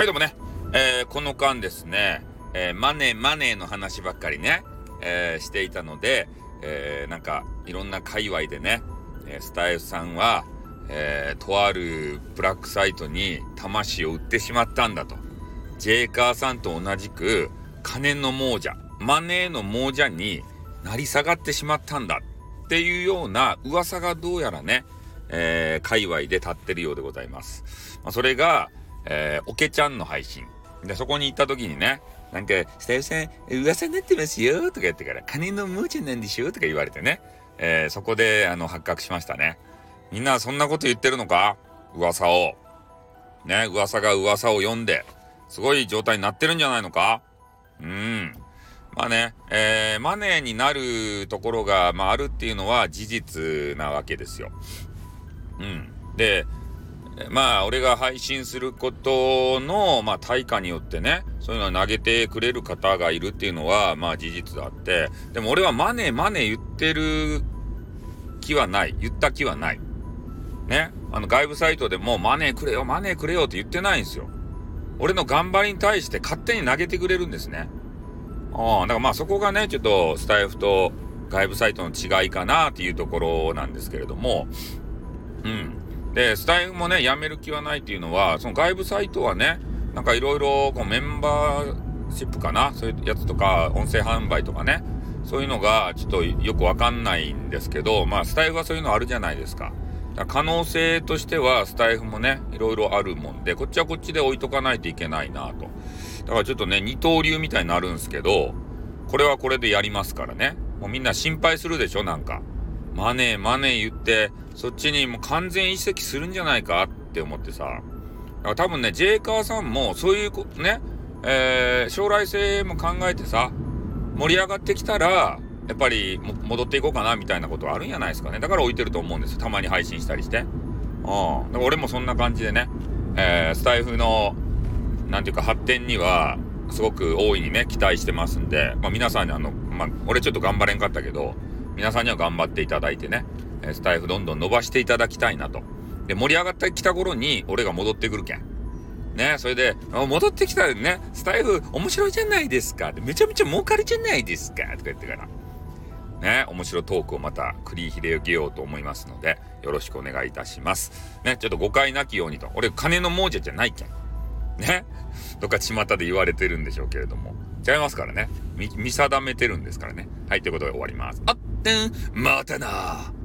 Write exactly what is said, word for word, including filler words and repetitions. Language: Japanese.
はい、どうもね、えー、この間ですね、えー、マネーマネーの話ばっかりね、えー、していたので、えー、なんかいろんな界隈でね、えー、スタイフさんは、えー、とあるブラックサイトに魂を売ってしまったんだと。ジェイカーさんと同じく金の亡者、マネーの亡者になり下がってしまったんだっていうような噂がどうやらね、えー、界隈で立ってるようでございます。まあ、それがえー、おけちゃんの配信で、そこに行った時にね、なんかスタイフさん噂になってますよとか言ってから、金の亡者なんでしょとか言われてね、えー、そこであの発覚しましたね。みんなそんなこと言ってるのか、噂をね、噂が噂を読んですごい状態になってるんじゃないのか。うん、まあね、えー、マネーになるところが、まあ、あるっていうのは事実なわけですよ。うんでまあ俺が配信することのまあ対価によってね、そういうのを投げてくれる方がいるっていうのはまあ事実であって、でも俺はマネーマネー言ってる気はない、言った気はないね。あの外部サイトでもマネーくれよマネーくれよって言ってないんですよ。俺の頑張りに対して勝手に投げてくれるんですね。ああ、だからまあそこがねちょっとスタイフと外部サイトの違いかなっていうところなんですけれども、うんで、スタイフもね、やめる気はないっていうのは、その外部サイトはね、なんかいろいろメンバーシップかな、そういうやつとか、音声販売とかね、そういうのがちょっとよくわかんないんですけど、まあスタイフはそういうのあるじゃないですか。だから可能性としてはスタイフもね、いろいろあるもんで、こっちはこっちで置いとかないといけないなと。だからちょっとね、二刀流みたいになるんですけど、これはこれでやりますからね。もうみんな心配するでしょ、なんか。マネーマネー言ってそっちにもう完全移籍するんじゃないかって思ってさ、だから多分ねジェイカーさんもそういうこね、えー、将来性も考えてさ、盛り上がってきたらやっぱり戻っていこうかなみたいなことはあるんじゃないですかね。だから置いてると思うんですよ、たまに配信したりして。うん、だから俺もそんな感じでね、えー、スタイフのなんていうか発展にはすごく大いにね期待してますんで、まあ、皆さんにあのまあ俺ちょっと頑張れんかったけど、皆さんには頑張っていただいてね、スタイフどんどん伸ばしていただきたいなと。で、盛り上がってきた頃に俺が戻ってくるけん。ね、それで、戻ってきたらね、スタイフ面白いじゃないですか。めちゃめちゃ儲かるじゃないですか。とか言ってから。ね、面白トークをまた繰り広げようと思いますので、よろしくお願いいたします。ね、ちょっと誤解なきようにと。俺、金の亡者じゃないけん。ね。とか巷で言われてるんでしょうけれども。違いますからね。見、見定めてるんですからね。はい、ということで終わります。あってん、またなー。